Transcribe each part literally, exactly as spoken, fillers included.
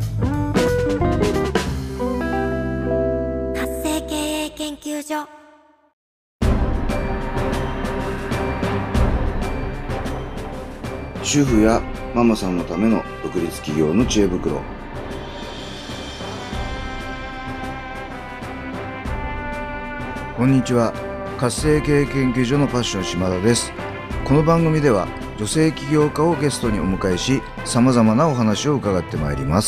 活性経営研究所。 主婦やママさんのための独立企業の知恵袋。こんにちは。活性経営研究所のパッション島田です。この番組では女性起業家をゲストにお迎えし、様々なお話を伺ってまいります。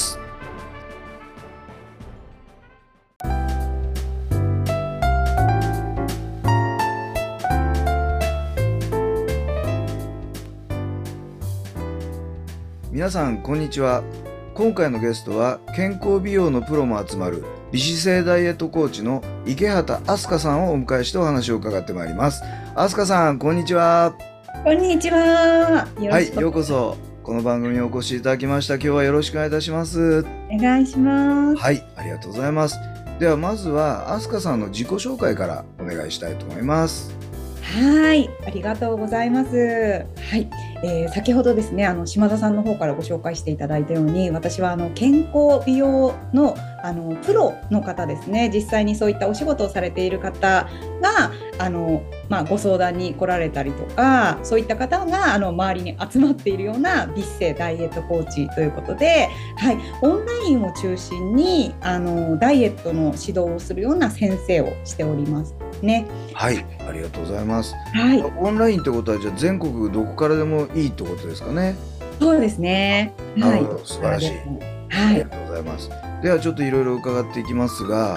皆さんこんにちは。今回のゲストは健康美容のプロも集まる美姿勢ダイエットコーチの池畑明日香さんをお迎えしてお話を伺ってまいります。明日香さんこんにちは。 こんにちは。 はい、ようこそこの番組にお越しいただきました。今日はよろしくお願いいたします。 お願いします。 はい、ありがとうございます。ではまずは明日香さんの自己紹介からお願いしたいと思います。 はい、ありがとうございます。はい、えー、先ほどですね、あの島田さんの方からご紹介していただいたように、私はあの健康美容のあのプロの方ですね。実際にそういったお仕事をされている方があの、まあ、ご相談に来られたりとか、そういった方があの周りに集まっているような美姿勢ダイエットコーチということで、はい、オンラインを中心にあのダイエットの指導をするような先生をしておりますね。 はい、ありがとうございます。 はい、 オンラインってことはじゃあ全国どこからでもいいってことですかね。 そうですね。 なるほど、素晴らしい。 はい、 ありがとうございます。ではちょっといろいろ伺っていきますが、 はい、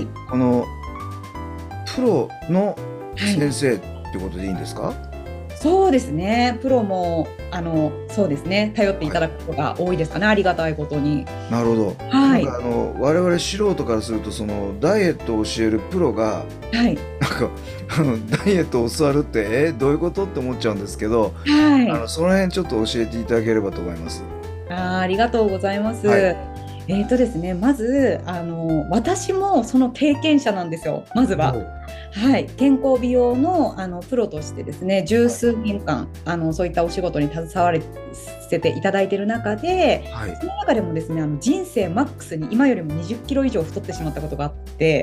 このプロの先生ってことでいいんですか？はい、 そうですね。プロもあのそうですね、頼っていただくことが多いですかね。はい、ありがたいことに。 なるほど。 はい。 なんかあの我々素人からすると、そのダイエットを教えるプロが、 はい、 なんかあのダイエットを教わるってえどういうことって思っちゃうんですけど、 はい、 あのその辺ちょっと教えていただければと思います。 あ、ありがとうございます。 はい、 えーとですね、まずあの私もその経験者なんですよ。まずは。はい、健康美容 の, あのプロとしてですね、十数年間あのそういったお仕事に携われせていただいている中で、はい、その中でもですね、あの人生マックスに今よりもにじゅっキロ以上太ってしまったことがあって。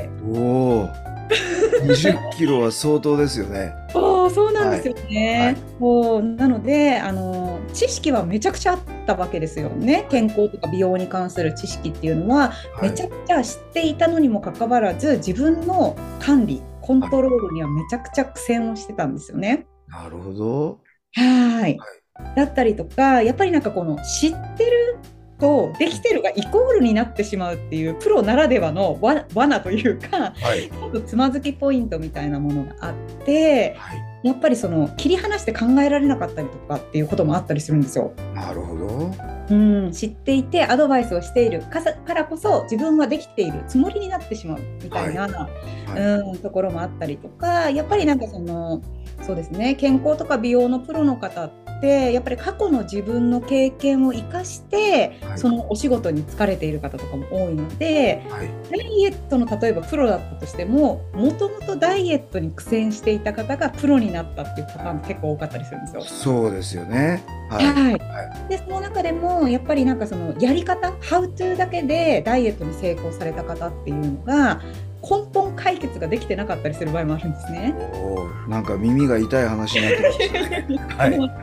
おーにじゅっキロは相当ですよね。 おそうなんですよね。はいはい、なのであの知識はめちゃくちゃあったわけですよね。健康とか美容に関する知識っていうのはめちゃくちゃ知っていたのにもかかわらず、自分の管理コントロールにはめちゃくちゃ苦戦をしてたんですよね。 なるほど。 はい。だったりとか、やっぱりなんかこの知ってるとできてるがイコールになってしまうっていうプロならではのわ罠というか、はい、ちょっとつまずきポイントみたいなものがあって、はい、やっぱりその切り離して考えられなかったりとかっていうこともあったりするんですよ。 なるほど。 うん、知っていてアドバイスをしているからこそ自分はできているつもりになってしまうみたいな、はいはい、うん、ところもあったりとか、やっぱりなんかそのそうですね、健康とか美容のプロの方ってやっぱり過去の自分の経験を生かして、はい、そのお仕事に疲れている方とかも多いので、はい、ダイエットの例えばプロだったとしても、もともとダイエットに苦戦していた方がプロになったっていうパターン結構多かったりするんですよ。 そうですよね。 はい、はいはい、でその中でもやっぱりなんかそのやり方 How to だけでダイエットに成功された方っていうのが根本解決ができてなかったりする場合もあるんですね。 おなんか耳が痛い話になってますね。はい、はい、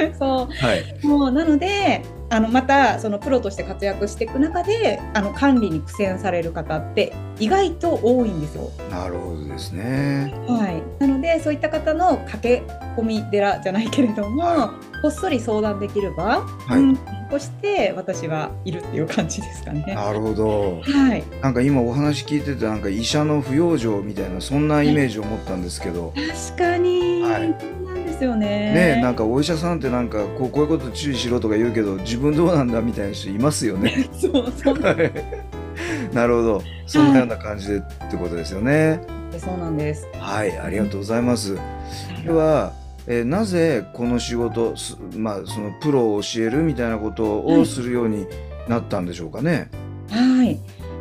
そう、はい、もうなのであのまたそのプロとして活躍していく中であの管理に苦戦される方って意外と多いんですよ。 なるほどですね。 はい、なのでそういった方の駆け込み寺じゃないけれども、はい、こっそり相談できる場、はい、うん、として私はいるっていう感じですかね。 なるほど、 はい、 なんか今お話聞いててなんか医者の不養生みたいなそんなイメージを持ったんですけど、 はい、確かに、はい、そうなんですよね。 ね、なんかお医者さんってなんかこう、こういうこと注意しろとか言うけど自分どうなんだみたいな人いますよね。 そうそうなるほど、そんなような感じでってことですよね。 はい、そうなんです。 はい、ありがとうございます。では、えー、なぜこの仕事、まあ、そのプロを教えるみたいなことをするようになったんでしょうかね。 はい、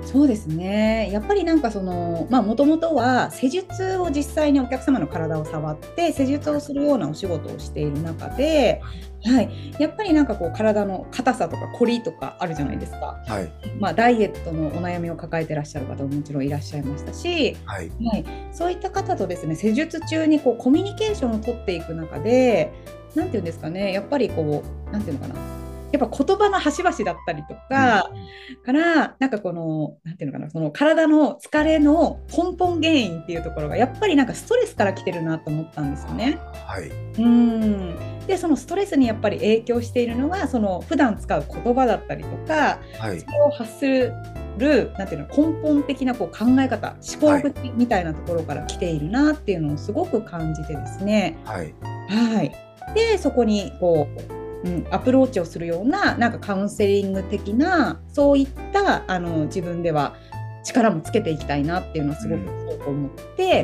そうですね。やっぱりなんかその、まあもともとは施術を実際にお客様の体を触って施術をするようなお仕事をしている中で、はい、やっぱりなんかこう体の硬さとか凝りとかあるじゃないですか。 はい。 まあダイエットのお悩みを抱えてらっしゃる方ももちろんいらっしゃいましたし、 はい。 はい、そういった方とですね、施術中にこうコミュニケーションを取っていく中で、なんていうんですかね、やっぱりこう、なんていうのかな。やっぱ言葉の端々だったりとか、 うん。 からなんかこのなんていうのかな、その体の疲れの根本原因っていうところがやっぱりなんかストレスから来てるなと思ったんですよね。 はい。 うんでそのストレスにやっぱり影響しているのがその普段使う言葉だったりとか、 はい。 それを発するなんていうの根本的なこう考え方思考口みたいなところから来ているなっていうのをすごく感じてですね。 はい。 はい、でそこにこう、うん、アプローチをするようななんかカウンセリング的なそういったあの自分では力もつけていきたいなっていうのはすごく強く思って、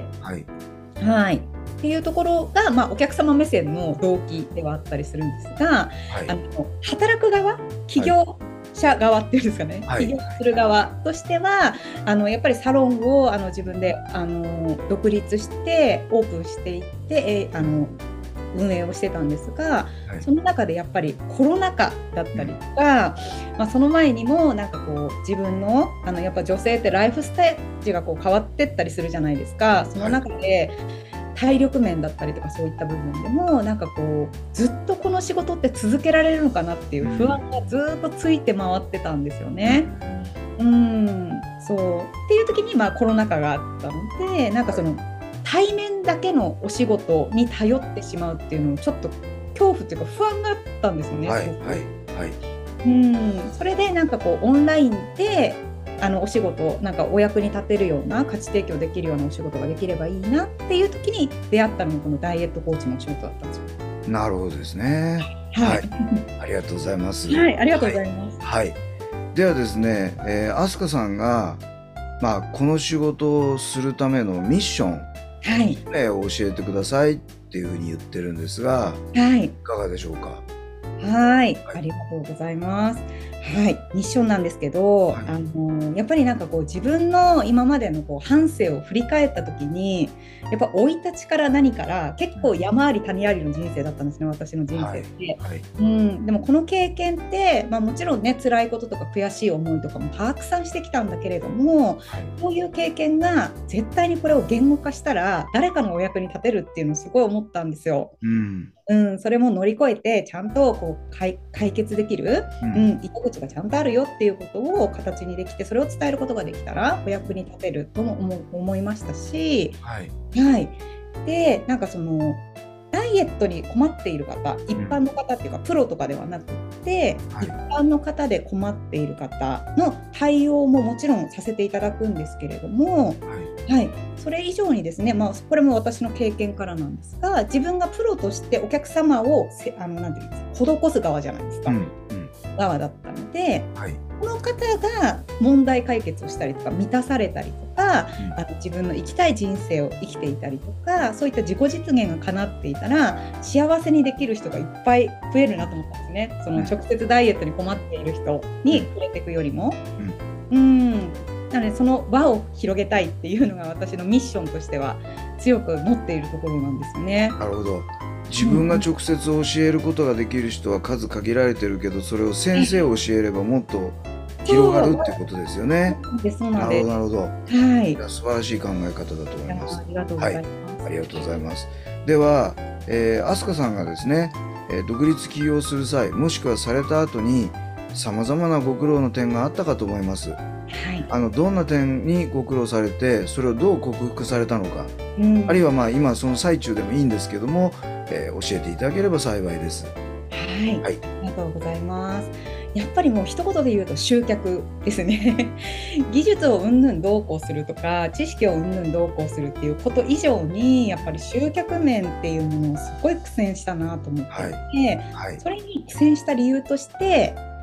はい。 はい、っていうところが、まあ、お客様目線の動機ではあったりするんですが、 はい。 あの働く側企業者側っていうんですかね、 はい。 起業する側としてはあのやっぱりサロンをあの自分であの独立してオープンしていってえあの運営をしてたんですが、 はい。 その中でやっぱりコロナ禍だったりとか、まあ、その前にもなんかこう自分のあのやっぱ女性ってライフステージがこう変わってったりするじゃないですか。その中で体力面だったりとかそういった部分でもなんかこうずっとこの仕事って続けられるのかなっていう不安がずっとついて回ってたんですよね。うんそうっていう時にまあコロナ禍があったのでなんかその対面だけのお仕事に頼ってしまうっていうのをちょっと恐怖っていうか不安があったんですよね。 はい。 すごくはい。はい。 うんそれでなんかこうオンラインであのお仕事なんかお役に立てるような価値提供できるようなお仕事ができればいいなっていう時に出会ったのがこのダイエットコーチのお仕事だったんですよ。 なるほどですね。 はい、 はい。ありがとうございます。 はい、ありがとうはい。 ございます。 はい。ではですね、えー、飛鳥さんが、まあ、この仕事をするためのミッション、 はい、 使命を教えてくださいっていうふうに言ってるんですが、 はい、 いかがでしょうか。 はい、 はい。 ありがとうございます。はい、ミッションなんですけど、 はい。 あのやっぱりなんかこう自分の今までのこう半生を振り返った時に、やっぱ生い立ちから何から結構山あり谷ありの人生だったんですね、私の人はい。 生って。 はい。 うん、でもこの経験って、まあ、もちろんね辛いこととか悔しい思いとかもたくさんしてきたんだけれども、 はい。 こういう経験が絶対にこれを言語化したら誰かのお役に立てるっていうのをすごい思ったんですよ。 うん。 うん、それも乗り越えてちゃんとこう解、解決できる、 うん。 うん、糸口がちゃんとあるよっていうことを形にできてそれを伝えることができたらお役に立てるとも思思いましたし、 はい。 はい、でなんかそのダイエットに困っている方一うん。 般の方っていうかプロとかではなくって一はい。 般の方で困っている方の対応ももちろんさせていただくんですけれども、 はい。 はい、それ以上にですね、まあ、これも私の経験からなんですが自分がプロとしてお客様をせあのなんていうんですか施す側じゃないですか、 うん。うん。 側だったのではい。 この方が問題解決をしたりとか満たされたりとかうん。 あの自分の生きたい人生を生きていたりとかそういった自己実現が叶っていたら幸せにできる人がいっぱい増えるなと思ったんですね。そのうん。 直接ダイエットに困っている人にうん。 触れていくよりもうん。 うんなのでその輪を広げたいっていうのが私のミッションとしては強く持っているところなんですよね。 なるほど。自うんうん分が直接教えることができる人は数限られてるけど、それを先生を教えればもっと広がるってことですよね。 でそうななるほど、 んです。 なるほど。 はいいいや、素晴らしい考え方だと思いやます。 ありがとうごはい。 ざいます。 ありがとうございます。では、えー、飛鳥さんがですね、えー独立起業する際、もしくはされた後に、様々なご苦労の点があったかと思います。 はいあの、どんな点にご苦労されて、それをどう克服されたのか、 うんあるいはまあ今その最中でもいいんですけども、えー教えていただければ幸いです。 はいはい。 ありがとうございます。やっぱりもう一言で言うと集客ですね。技術をうんぬんどうこうするとか知識をうんぬんどうこうするっていうこと以上にやっぱり集客面っていうものをすごい苦戦したなと思ってはい。 いて、 はい。 それに苦戦した理由として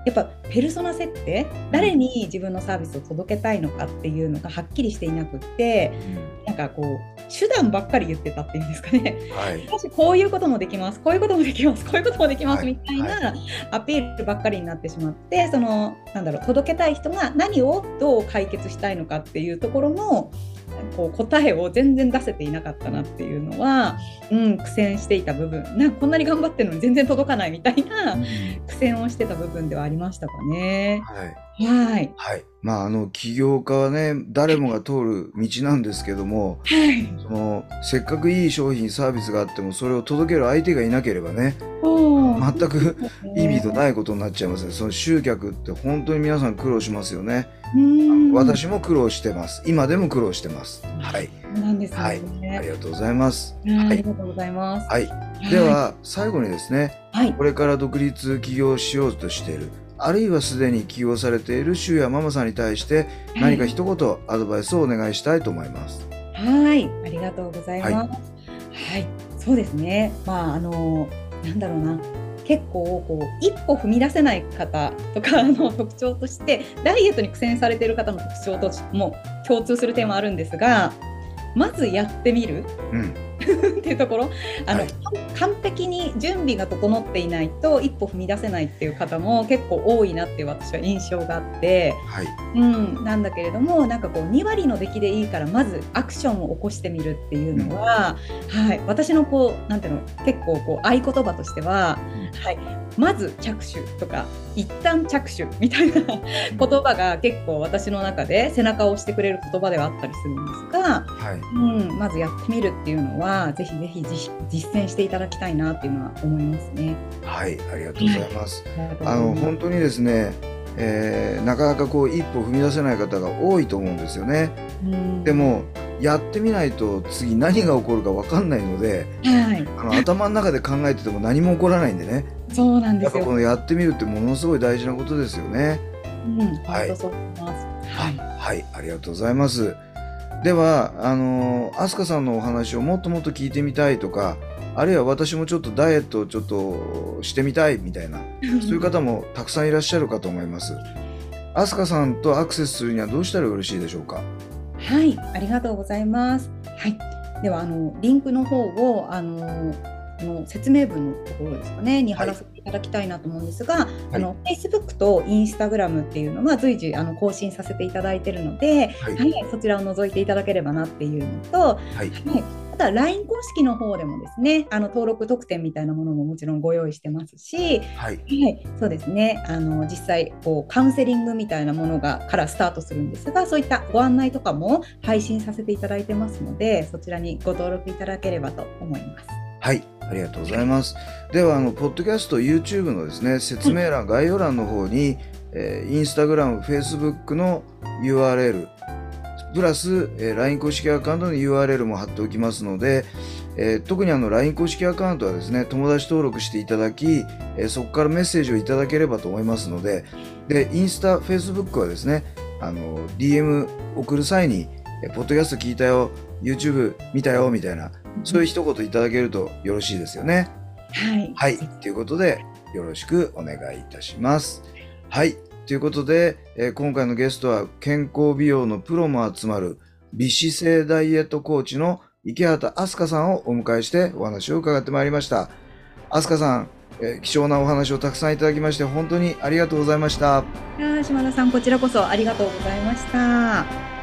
やっぱペルソナ設定、誰に自分のサービスを届けたいのかっていうのがはっきりしていなくって、なんかこう手段ばっかり言ってたっていうんですかね。 はい、 私こういうこともできます、こういうこともできます、こういうこともできますはいみたいはなアピールばっかりになってしまって、そのなんだろう、届けたい人が何をどう解決したいのかっていうところのこう答えを全然出せていなかったなっていうのは、うん、苦戦していた部分、なんかこんなに頑張ってるのに全然届かないみたいなうん苦戦をしてた部分ではありましたかね。 はいはいはい。まあ、あの、起業家はね、誰もが通る道なんですけども、 はいその、せっかくいい商品、サービスがあっても、それを届ける相手がいなければね、 そう全く意味とい。 ないことになっちゃいますね。その集客って本当に皆さん苦労しますよね。 うん私も苦労してます。今でも苦労してます。はい。 そうなんですよはい。ありね。 がとうございます。 はいあはい。 りがとうございます。 はい。では、最後にですね、 はいこれから独立起業しようとしている、あるいはすでに起業されているシュウヤママさんに対して何か一言アドバイスをお願いしたいと思います。 はいありがとうございはい。 ます。はい、そうですね。まああのなんだろうな。結構こう一歩踏み出せない方とかの特徴として、ダイエットに苦戦されている方の特徴とも共通する点はあるんですが、まずやってみるうん。 っていうところ、あの、 はい。 完璧に準備が整っていないと一歩踏み出せないっていう方も結構多いなっていう私は印象があって、 はい。 うん、なんだけれども、なんかこうに割の出来でいいからまずアクションを起こしてみるっていうのは、はい、私のこうなんていうの、結構こう合言葉としては、はい、まず着手とか一旦着手みたいな言葉が結構私の中で背中を押してくれる言葉ではあったりするんですが、 はい。 うん、まずやってみるっていうのはぜひぜひ実実践していただきたいなっていうのは思いますね。 はい。ありがとうございます。 ありがとうごあの、 ざいます。 本当にですね、えーなかなかこう一歩踏み出せない方が多いと思うんですよね。 うんでも、やってみないと次何が起こるか分かんないので、 はい、 あの頭の中で考えてても何も起こらないんでね、 そうなんですよ。 やっぱこのやってみるってものすごい大事なことですよね。 うん、 はい本当そう思います。はい。 はい、ありがとうございます。では、あのー、アスカさんのお話をもっともっと聞いてみたいとか、あるいは私もちょっとダイエットをちょっとしてみたいみたいな、そういう方もたくさんいらっしゃるかと思います。アスカさんとアクセスするにはどうしたらよろしいでしょうか。 はい、ありがとうございます。はい、ではあのリンクの方をあのこの説明文のところですかねに貼らせていただきたいなと思うんですが、あの Facebook と Instagram っていうのは随時あの更新させていただいているので、 はいはい、そちらを覗いていただければなっていうのと、 はいはい、あとは ライン 公式の方でもですね、あの登録特典みたいなものももちろんご用意してますし、 はいはい、そうですね。あの実際こうカウンセリングみたいなものがからスタートするんですが、そういったご案内とかも配信させていただいてますので、そちらにご登録いただければと思います。 はい、ありがとうございます。では、あのポッドキャスト、YouTube のですね、説明欄、概要欄の方に、えー、Instagram、Facebook の ユーアールエル、プラス、えー、ライン 公式アカウントの ユーアールエルも貼っておきますので、えー、特にあの ライン 公式アカウントはですね、友達登録していただき、えー、そこからメッセージをいただければと思いますので、で、インスタ、Facebook はですね、あの ディーエム 送る際に、えー、ポッドキャスト聞いたよ、YouTube 見たよみたいな、そういう一言いただけるとよろしいですよね。 はい。 はい。ということで、よろしくお願いいたします。はい。ということで、えー今回のゲストは健康美容のプロも集まる美姿勢ダイエットコーチの池畑明日香さんをお迎えしてお話を伺ってまいりました。明日香さん、えー貴重なお話をたくさんいただきまして本当にありがとうございました。 あー島田さん、こちらこそありがとうございました。